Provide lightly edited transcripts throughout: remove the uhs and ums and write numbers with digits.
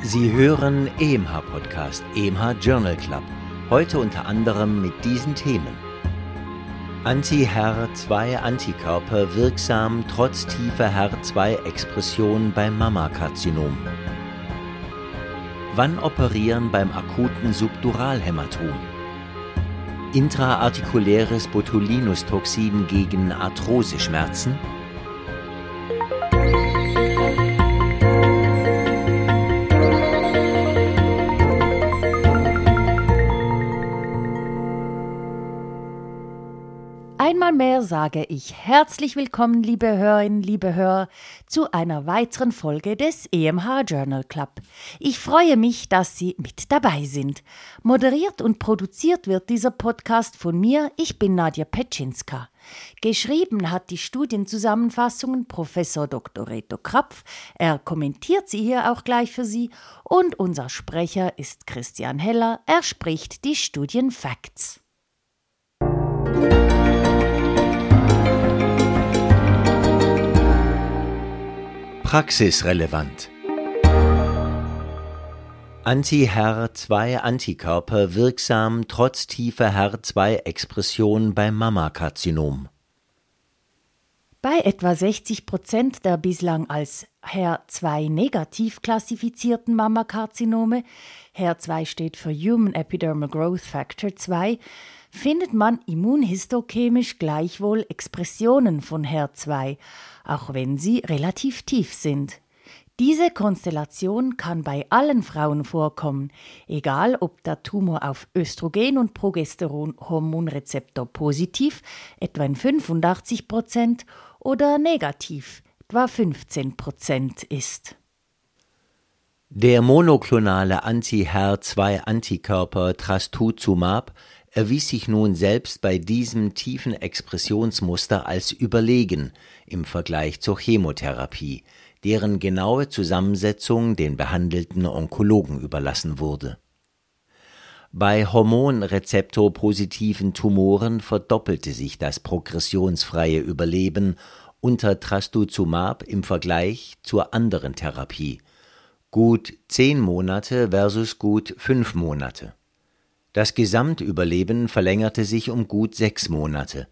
Sie hören EMH-Podcast, EMH Journal Club. Heute unter anderem mit diesen Themen. Anti-HER2-Antikörper wirksam trotz tiefer HER2-Expression beim Mammakarzinom. Wann operieren beim akuten Subduralhämatom? Intraartikuläres Botulinustoxin gegen Arthroseschmerzen. Einmal mehr sage ich herzlich willkommen, liebe Hörerinnen, liebe Hörer, zu einer weiteren Folge des EMH Journal Club. Ich freue mich, dass Sie mit dabei sind. Moderiert und produziert wird dieser Podcast von mir. Ich bin Nadja Petschinska. Geschrieben hat die Studienzusammenfassungen Professor Dr. Reto Krapf. Er kommentiert sie hier auch gleich für Sie. Und unser Sprecher ist Christian Heller. Er spricht die Studienfacts. Praxisrelevant. Anti-HER2-Antikörper wirksam trotz tiefer HER2-Expression beim Mammakarzinom. Bei etwa 60% der bislang als HER2-negativ klassifizierten Mammakarzinome, HER2 steht für Human Epidermal Growth Factor 2, findet man immunhistochemisch gleichwohl Expressionen von HER2, auch wenn sie relativ tief sind. Diese Konstellation kann bei allen Frauen vorkommen, egal ob der Tumor auf Östrogen- und Progesteronhormonrezeptor positiv, etwa in 85%, oder negativ, etwa 15% ist. Der monoklonale Anti-HER2-Antikörper Trastuzumab erwies sich nun selbst bei diesem tiefen Expressionsmuster als überlegen im Vergleich zur Chemotherapie, deren genaue Zusammensetzung den behandelten Onkologen überlassen wurde. Bei hormonrezeptorpositiven Tumoren verdoppelte sich das progressionsfreie Überleben unter Trastuzumab im Vergleich zur anderen Therapie. Gut 10 Monate versus gut 5 Monate. Das Gesamtüberleben verlängerte sich um gut 6 Monate,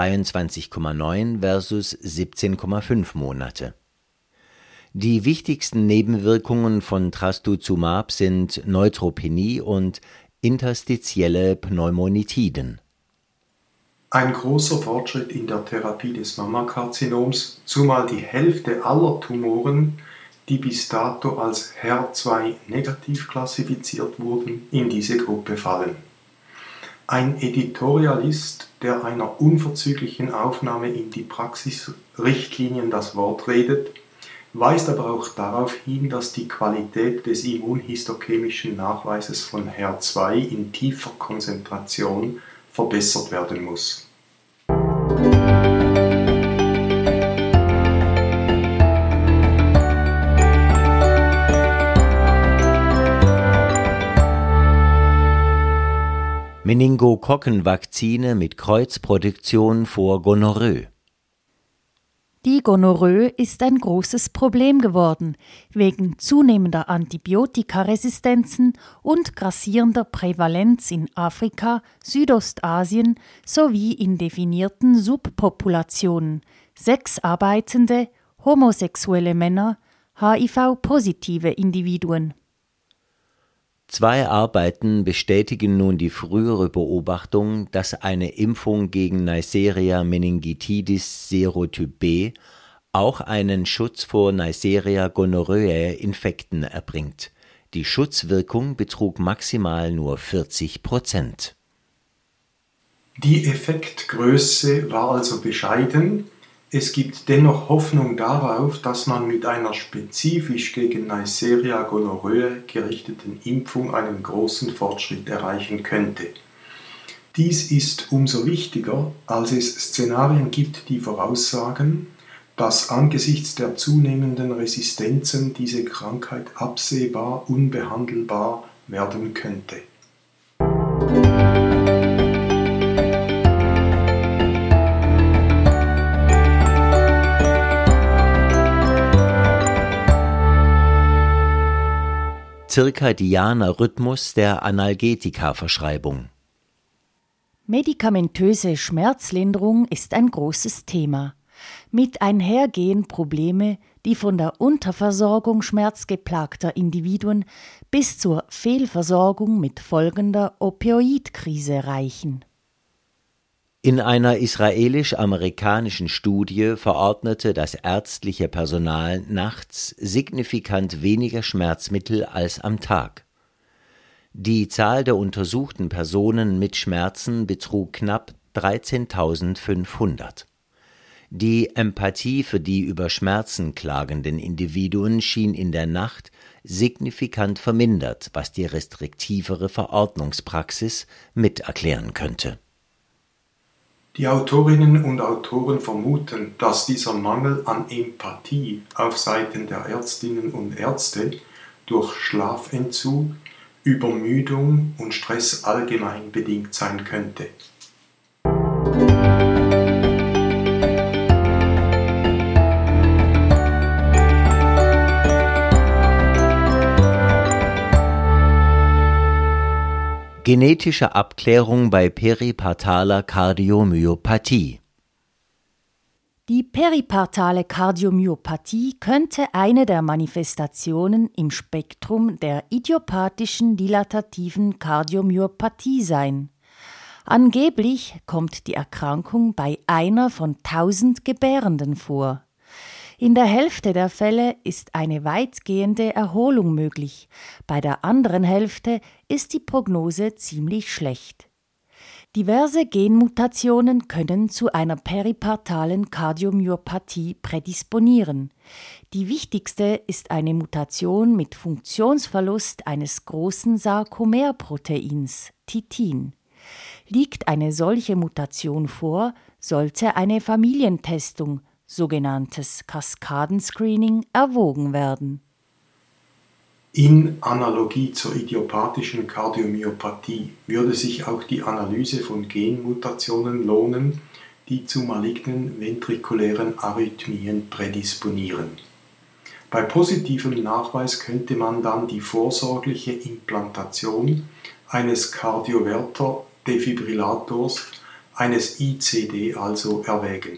23,9 versus 17,5 Monate. Die wichtigsten Nebenwirkungen von Trastuzumab sind Neutropenie und interstitielle Pneumonitiden. Ein großer Fortschritt in der Therapie des Mammakarzinoms, zumal die Hälfte aller Tumoren, die bis dato als HER2 negativ klassifiziert wurden, in diese Gruppe fallen. Ein Editorialist, der einer unverzüglichen Aufnahme in die Praxisrichtlinien das Wort redet, weist aber auch darauf hin, dass die Qualität des immunhistochemischen Nachweises von HER2 in tiefer Konzentration verbessert werden muss. Meningokokkenvakzine mit Kreuzproduktion vor Gonorrhoe. Die Gonorrhoe ist ein großes Problem geworden, wegen zunehmender Antibiotikaresistenzen und grassierender Prävalenz in Afrika, Südostasien sowie in definierten Subpopulationen, sexarbeitende, homosexuelle Männer, HIV-positive Individuen. 2 Arbeiten bestätigen nun die frühere Beobachtung, dass eine Impfung gegen Neisseria meningitidis Serotyp B auch einen Schutz vor Neisseria gonorrhoeae Infekten erbringt. Die Schutzwirkung betrug maximal nur 40%. Die Effektgröße war also bescheiden. Es gibt dennoch Hoffnung darauf, dass man mit einer spezifisch gegen Neisseria gonorrhoeae gerichteten Impfung einen großen Fortschritt erreichen könnte. Dies ist umso wichtiger, als es Szenarien gibt, die voraussagen, dass angesichts der zunehmenden Resistenzen diese Krankheit absehbar unbehandelbar werden könnte. Zirkadianer Rhythmus der Analgetika-Verschreibung. Medikamentöse Schmerzlinderung ist ein großes Thema. Mit einhergehen Probleme, die von der Unterversorgung schmerzgeplagter Individuen bis zur Fehlversorgung mit folgender Opioidkrise reichen. In einer israelisch-amerikanischen Studie verordnete das ärztliche Personal nachts signifikant weniger Schmerzmittel als am Tag. Die Zahl der untersuchten Personen mit Schmerzen betrug knapp 13.500. Die Empathie für die über Schmerzen klagenden Individuen schien in der Nacht signifikant vermindert, was die restriktivere Verordnungspraxis mit erklären könnte. Die Autorinnen und Autoren vermuten, dass dieser Mangel an Empathie auf Seiten der Ärztinnen und Ärzte durch Schlafentzug, Übermüdung und Stress allgemein bedingt sein könnte. Genetische Abklärung bei peripartaler Kardiomyopathie. Die peripartale Kardiomyopathie könnte eine der Manifestationen im Spektrum der idiopathischen dilatativen Kardiomyopathie sein. Angeblich kommt die Erkrankung bei einer von 1000 Gebärenden vor. In der Hälfte der Fälle ist eine weitgehende Erholung möglich, bei der anderen Hälfte ist die Prognose ziemlich schlecht. Diverse Genmutationen können zu einer peripartalen Kardiomyopathie prädisponieren. Die wichtigste ist eine Mutation mit Funktionsverlust eines großen Sarkomerproteins, Titin. Liegt eine solche Mutation vor, sollte eine Familientestung, sogenanntes Kaskadenscreening, erwogen werden. In Analogie zur idiopathischen Kardiomyopathie würde sich auch die Analyse von Genmutationen lohnen, die zu malignen ventrikulären Arrhythmien prädisponieren. Bei positivem Nachweis könnte man dann die vorsorgliche Implantation eines Kardioverter-Defibrillators, eines ICD also, erwägen.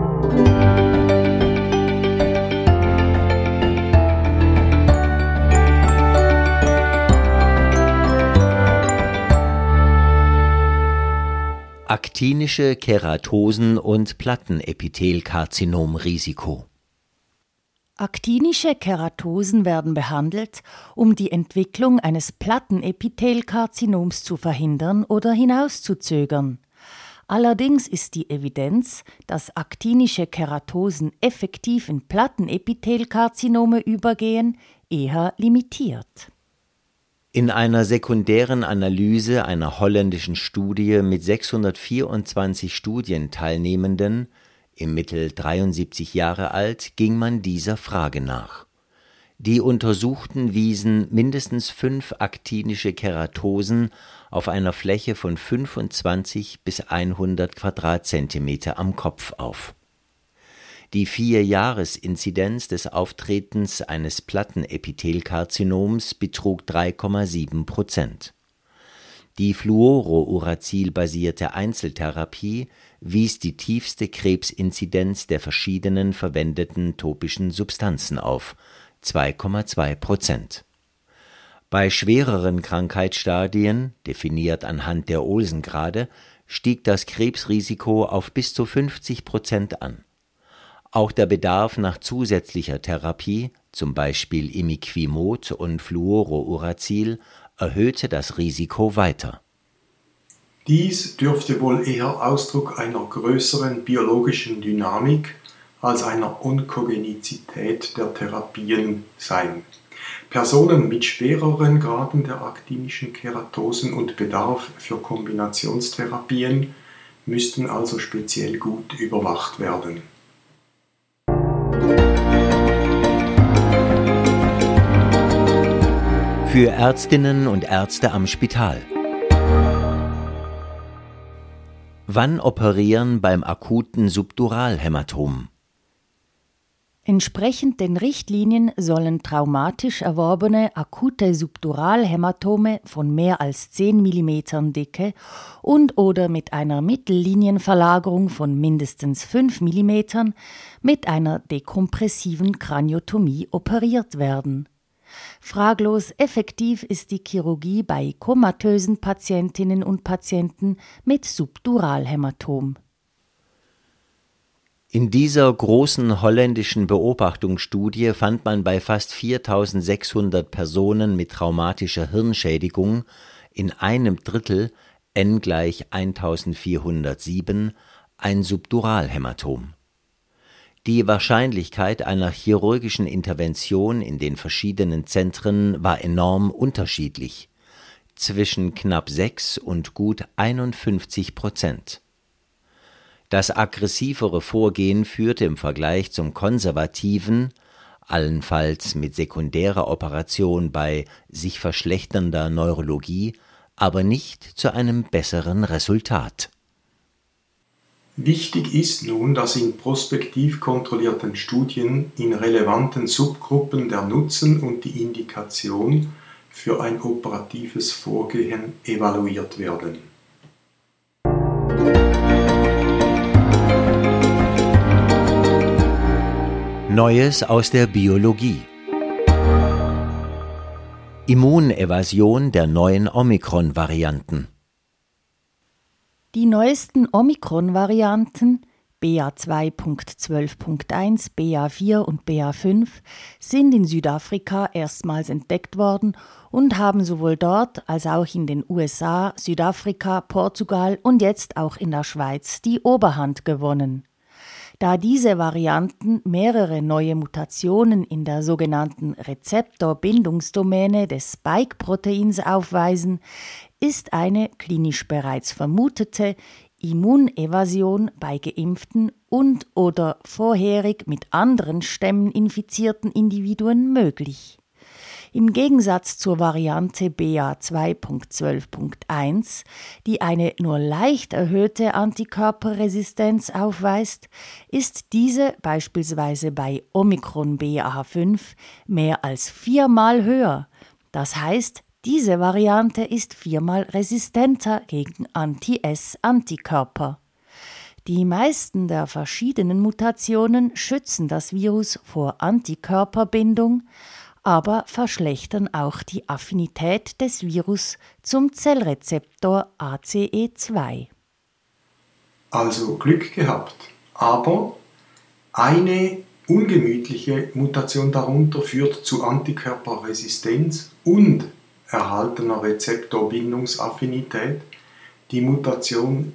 Aktinische Keratosen- und Plattenepithelkarzinomrisiko. Aktinische Keratosen werden behandelt, um die Entwicklung eines Plattenepithelkarzinoms zu verhindern oder hinauszuzögern. Allerdings ist die Evidenz, dass aktinische Keratosen effektiv in Plattenepithelkarzinome übergehen, eher limitiert. In einer sekundären Analyse einer holländischen Studie mit 624 Studienteilnehmenden, im Mittel 73 Jahre alt, ging man dieser Frage nach. Die Untersuchten wiesen mindestens 5 aktinische Keratosen auf einer Fläche von 25 bis 100 Quadratzentimeter am Kopf auf. Die 4-Jahres-Inzidenz des Auftretens eines Plattenepithelkarzinoms betrug 3,7%. Die Fluorouracil-basierte Einzeltherapie wies die tiefste Krebsinzidenz der verschiedenen verwendeten topischen Substanzen auf, 2,2%. Bei schwereren Krankheitsstadien, definiert anhand der Olsen-Grade, stieg das Krebsrisiko auf bis zu 50% an. Auch der Bedarf nach zusätzlicher Therapie, zum Beispiel Imiquimod und Fluorouracil, erhöhte das Risiko weiter. Dies dürfte wohl eher Ausdruck einer größeren biologischen Dynamik als einer Onkogenizität der Therapien sein. Personen mit schwereren Graden der aktinischen Keratosen und Bedarf für Kombinationstherapien müssten also speziell gut überwacht werden. Für Ärztinnen und Ärzte am Spital. Wann operieren beim akuten Subduralhämatom? Entsprechend den Richtlinien sollen traumatisch erworbene akute Subduralhämatome von mehr als 10 mm Dicke und/oder mit einer Mittellinienverlagerung von mindestens 5 mm mit einer dekompressiven Kraniotomie operiert werden. Fraglos effektiv ist die Chirurgie bei komatösen Patientinnen und Patienten mit Subduralhämatom. In dieser großen holländischen Beobachtungsstudie fand man bei fast 4.600 Personen mit traumatischer Hirnschädigung in einem Drittel n = 1407 ein Subduralhämatom. Die Wahrscheinlichkeit einer chirurgischen Intervention in den verschiedenen Zentren war enorm unterschiedlich, zwischen knapp 6 und gut 51%. Das aggressivere Vorgehen führte im Vergleich zum konservativen, allenfalls mit sekundärer Operation bei sich verschlechternder Neurologie, aber nicht zu einem besseren Resultat. Wichtig ist nun, dass in prospektiv kontrollierten Studien in relevanten Subgruppen der Nutzen und die Indikation für ein operatives Vorgehen evaluiert werden. Neues aus der Biologie. Immunevasion der neuen Omikron-Varianten. Die neuesten Omikron-Varianten BA2.12.1, BA4 und BA5 sind in Südafrika erstmals entdeckt worden und haben sowohl dort als auch in den USA, Südafrika, Portugal und jetzt auch in der Schweiz die Oberhand gewonnen. Da diese Varianten mehrere neue Mutationen in der sogenannten Rezeptorbindungsdomäne des Spike-Proteins aufweisen, ist eine klinisch bereits vermutete Immunevasion bei geimpften und/oder vorherig mit anderen Stämmen infizierten Individuen möglich. Im Gegensatz zur Variante BA2.12.1, die eine nur leicht erhöhte Antikörperresistenz aufweist, ist diese beispielsweise bei Omikron BA5 mehr als 4-mal höher. Das heißt, diese Variante ist 4-mal resistenter gegen Anti-S-Antikörper. Die meisten der verschiedenen Mutationen schützen das Virus vor Antikörperbindung, aber verschlechtern auch die Affinität des Virus zum Zellrezeptor ACE2. Also Glück gehabt, aber eine ungemütliche Mutation darunter führt zu Antikörperresistenz und erhaltener Rezeptorbindungsaffinität, die Mutation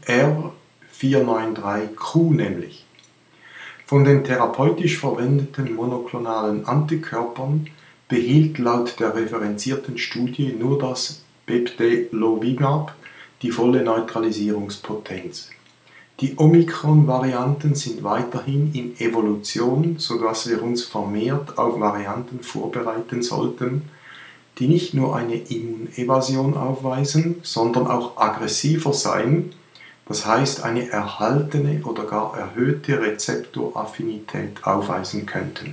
R493Q nämlich. Von den therapeutisch verwendeten monoklonalen Antikörpern behielt laut der referenzierten Studie nur das Bebtelovimab die volle Neutralisierungspotenz. Die Omikron-Varianten sind weiterhin in Evolution, sodass wir uns vermehrt auf Varianten vorbereiten sollten, die nicht nur eine Immunevasion aufweisen, sondern auch aggressiver sein, das heißt eine erhaltene oder gar erhöhte Rezeptoraffinität aufweisen könnten.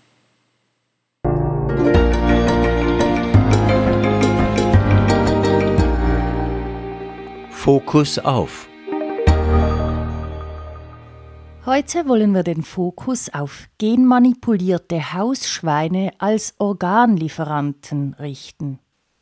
Fokus auf. Heute wollen wir den Fokus auf genmanipulierte Hausschweine als Organlieferanten richten.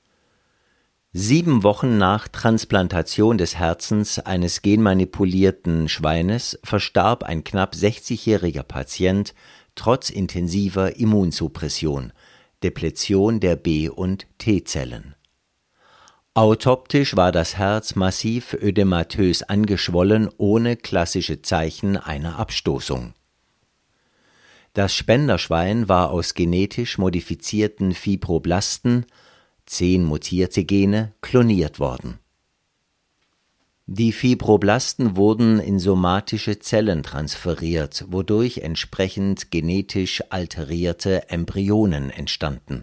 7 Wochen nach Transplantation des Herzens eines genmanipulierten Schweines verstarb ein knapp 60-jähriger Patient trotz intensiver Immunsuppression, Depletion der B- und T-Zellen. Autoptisch war das Herz massiv ödematös angeschwollen, ohne klassische Zeichen einer Abstoßung. Das Spenderschwein war aus genetisch modifizierten Fibroblasten, 10 mutierte Gene, kloniert worden. Die Fibroblasten wurden in somatische Zellen transferiert, wodurch entsprechend genetisch alterierte Embryonen entstanden.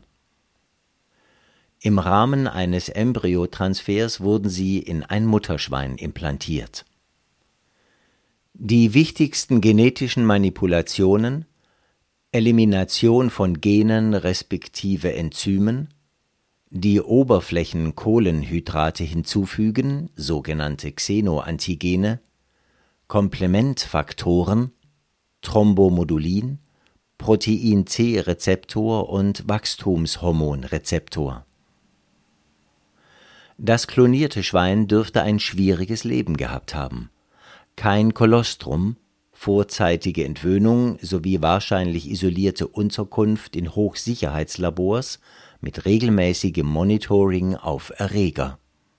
Im Rahmen eines Embryotransfers wurden sie in ein Mutterschwein implantiert. Die wichtigsten genetischen Manipulationen: Elimination von Genen respektive Enzymen, die Oberflächenkohlenhydrate hinzufügen, sogenannte Xenoantigene, Komplementfaktoren, Thrombomodulin, Protein-C-Rezeptor und Wachstumshormonrezeptor. Das klonierte Schwein dürfte ein schwieriges Leben gehabt haben. Kein Kolostrum, vorzeitige Entwöhnung sowie wahrscheinlich isolierte Unterkunft in Hochsicherheitslabors mit regelmäßigem Monitoring auf Erreger.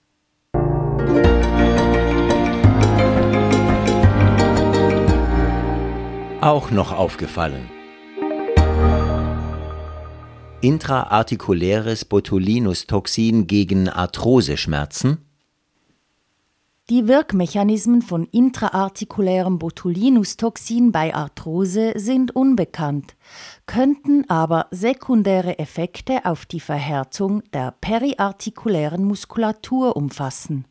Auch noch aufgefallen: intraartikuläres Botulinustoxin gegen Arthroseschmerzen. Die Wirkmechanismen von intraartikulärem Botulinustoxin bei Arthrose sind unbekannt, könnten aber sekundäre Effekte auf die Verhärtung der periartikulären Muskulatur umfassen.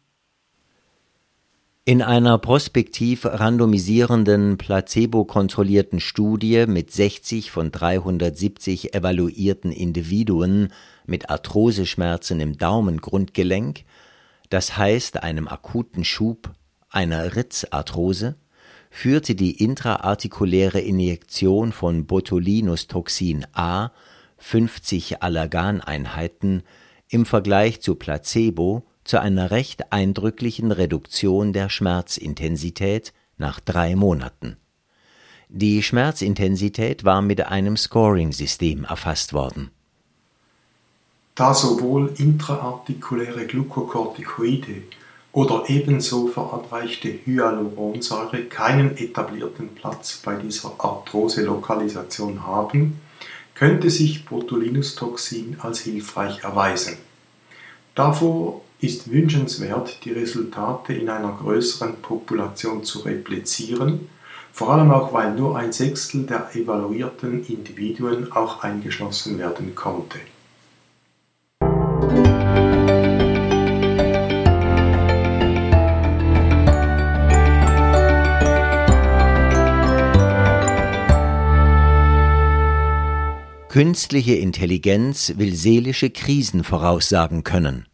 In einer prospektiv randomisierenden, placebo-kontrollierten Studie mit 60 von 370 evaluierten Individuen mit Arthroseschmerzen im Daumengrundgelenk, das heißt einem akuten Schub, einer Ritzarthrose, führte die intraartikuläre Injektion von Botulinustoxin A 50 Allerganeinheiten im Vergleich zu Placebo zu einer recht eindrücklichen Reduktion der Schmerzintensität nach 3 Monaten. Die Schmerzintensität war mit einem Scoring-System erfasst worden. Da sowohl intraartikuläre Glukokortikoide oder ebenso verabreichte Hyaluronsäure keinen etablierten Platz bei dieser Arthrose-Lokalisation haben, könnte sich Botulinustoxin als hilfreich erweisen. Davor ist wünschenswert, die Resultate in einer größeren Population zu replizieren, vor allem auch weil nur 1/6 der evaluierten Individuen auch eingeschlossen werden konnte. Künstliche Intelligenz will seelische Krisen voraussagen können.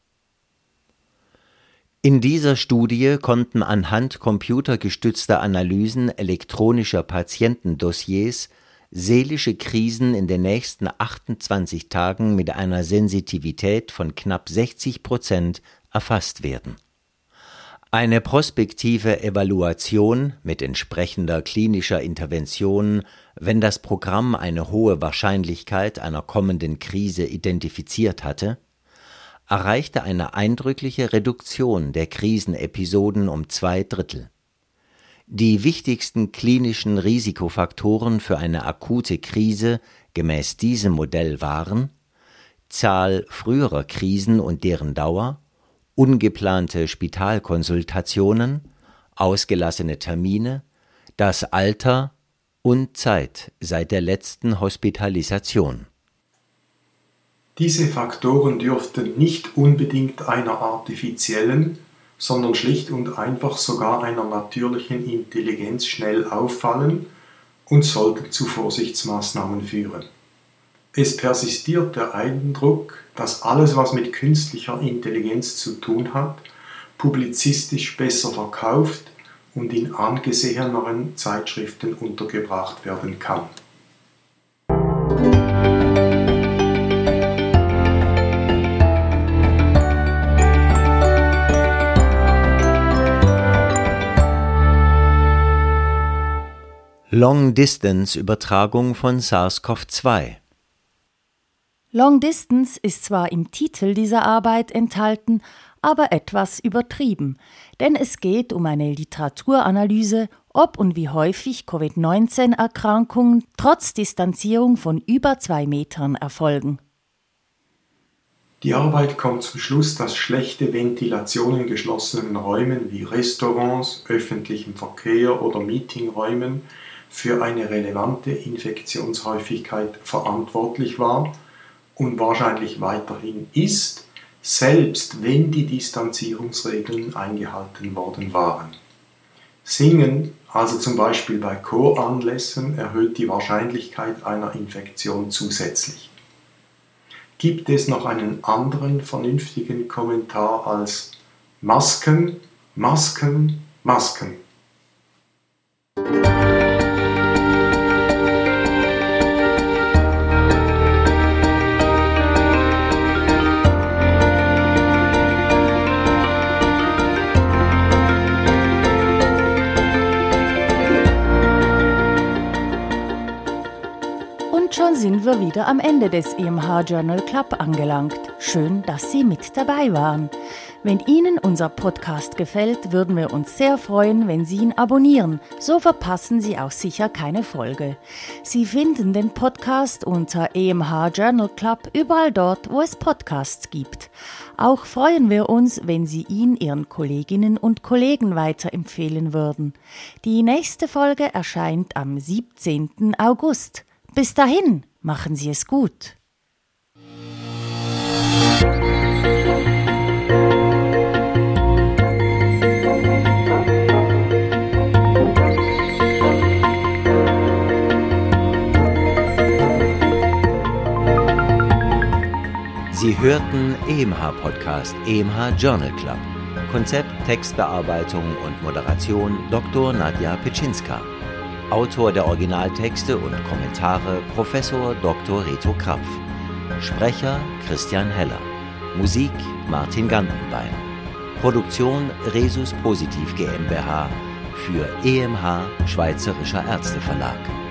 In dieser Studie konnten anhand computergestützter Analysen elektronischer Patientendossiers seelische Krisen in den nächsten 28 Tagen mit einer Sensitivität von knapp 60% erfasst werden. Eine prospektive Evaluation mit entsprechender klinischer Intervention, wenn das Programm eine hohe Wahrscheinlichkeit einer kommenden Krise identifiziert hatte, erreichte eine eindrückliche Reduktion der Krisenepisoden um 2/3. Die wichtigsten klinischen Risikofaktoren für eine akute Krise gemäß diesem Modell waren: Zahl früherer Krisen und deren Dauer, ungeplante Spitalkonsultationen, ausgelassene Termine, das Alter und Zeit seit der letzten Hospitalisation. Diese Faktoren dürften nicht unbedingt einer artifiziellen, sondern schlicht und einfach sogar einer natürlichen Intelligenz schnell auffallen und sollten zu Vorsichtsmaßnahmen führen. Es persistiert der Eindruck, dass alles, was mit künstlicher Intelligenz zu tun hat, publizistisch besser verkauft und in angeseheneren Zeitschriften untergebracht werden kann. Long-Distance-Übertragung von SARS-CoV-2. Long Distance ist zwar im Titel dieser Arbeit enthalten, aber etwas übertrieben, denn es geht um eine Literaturanalyse, ob und wie häufig Covid-19-Erkrankungen trotz Distanzierung von über 2 Metern erfolgen. Die Arbeit kommt zum Schluss, dass schlechte Ventilation in geschlossenen Räumen wie Restaurants, öffentlichem Verkehr oder Meetingräumen für eine relevante Infektionshäufigkeit verantwortlich war und wahrscheinlich weiterhin ist, selbst wenn die Distanzierungsregeln eingehalten worden waren. Singen also zum Beispiel bei Choranlässen, erhöht die Wahrscheinlichkeit einer Infektion zusätzlich. Gibt es noch einen anderen vernünftigen Kommentar als Masken, Masken, Masken? Schon sind wir wieder am Ende des EMH Journal Club angelangt. Schön, dass Sie mit dabei waren. Wenn Ihnen unser Podcast gefällt, würden wir uns sehr freuen, wenn Sie ihn abonnieren. So verpassen Sie auch sicher keine Folge. Sie finden den Podcast unter EMH Journal Club überall dort, wo es Podcasts gibt. Auch freuen wir uns, wenn Sie ihn Ihren Kolleginnen und Kollegen weiterempfehlen würden. Die nächste Folge erscheint am 17. August. Bis dahin, machen Sie es gut. Sie hörten EMH-Podcast, EMH Journal Club. Konzept, Textbearbeitung und Moderation Dr. Nadja Pitschinska. Autor der Originaltexte und Kommentare Professor Dr. Reto Krapf. Sprecher Christian Heller. Musik Martin Gantenbein. Produktion Resus Positiv GmbH für EMH Schweizerischer Ärzteverlag.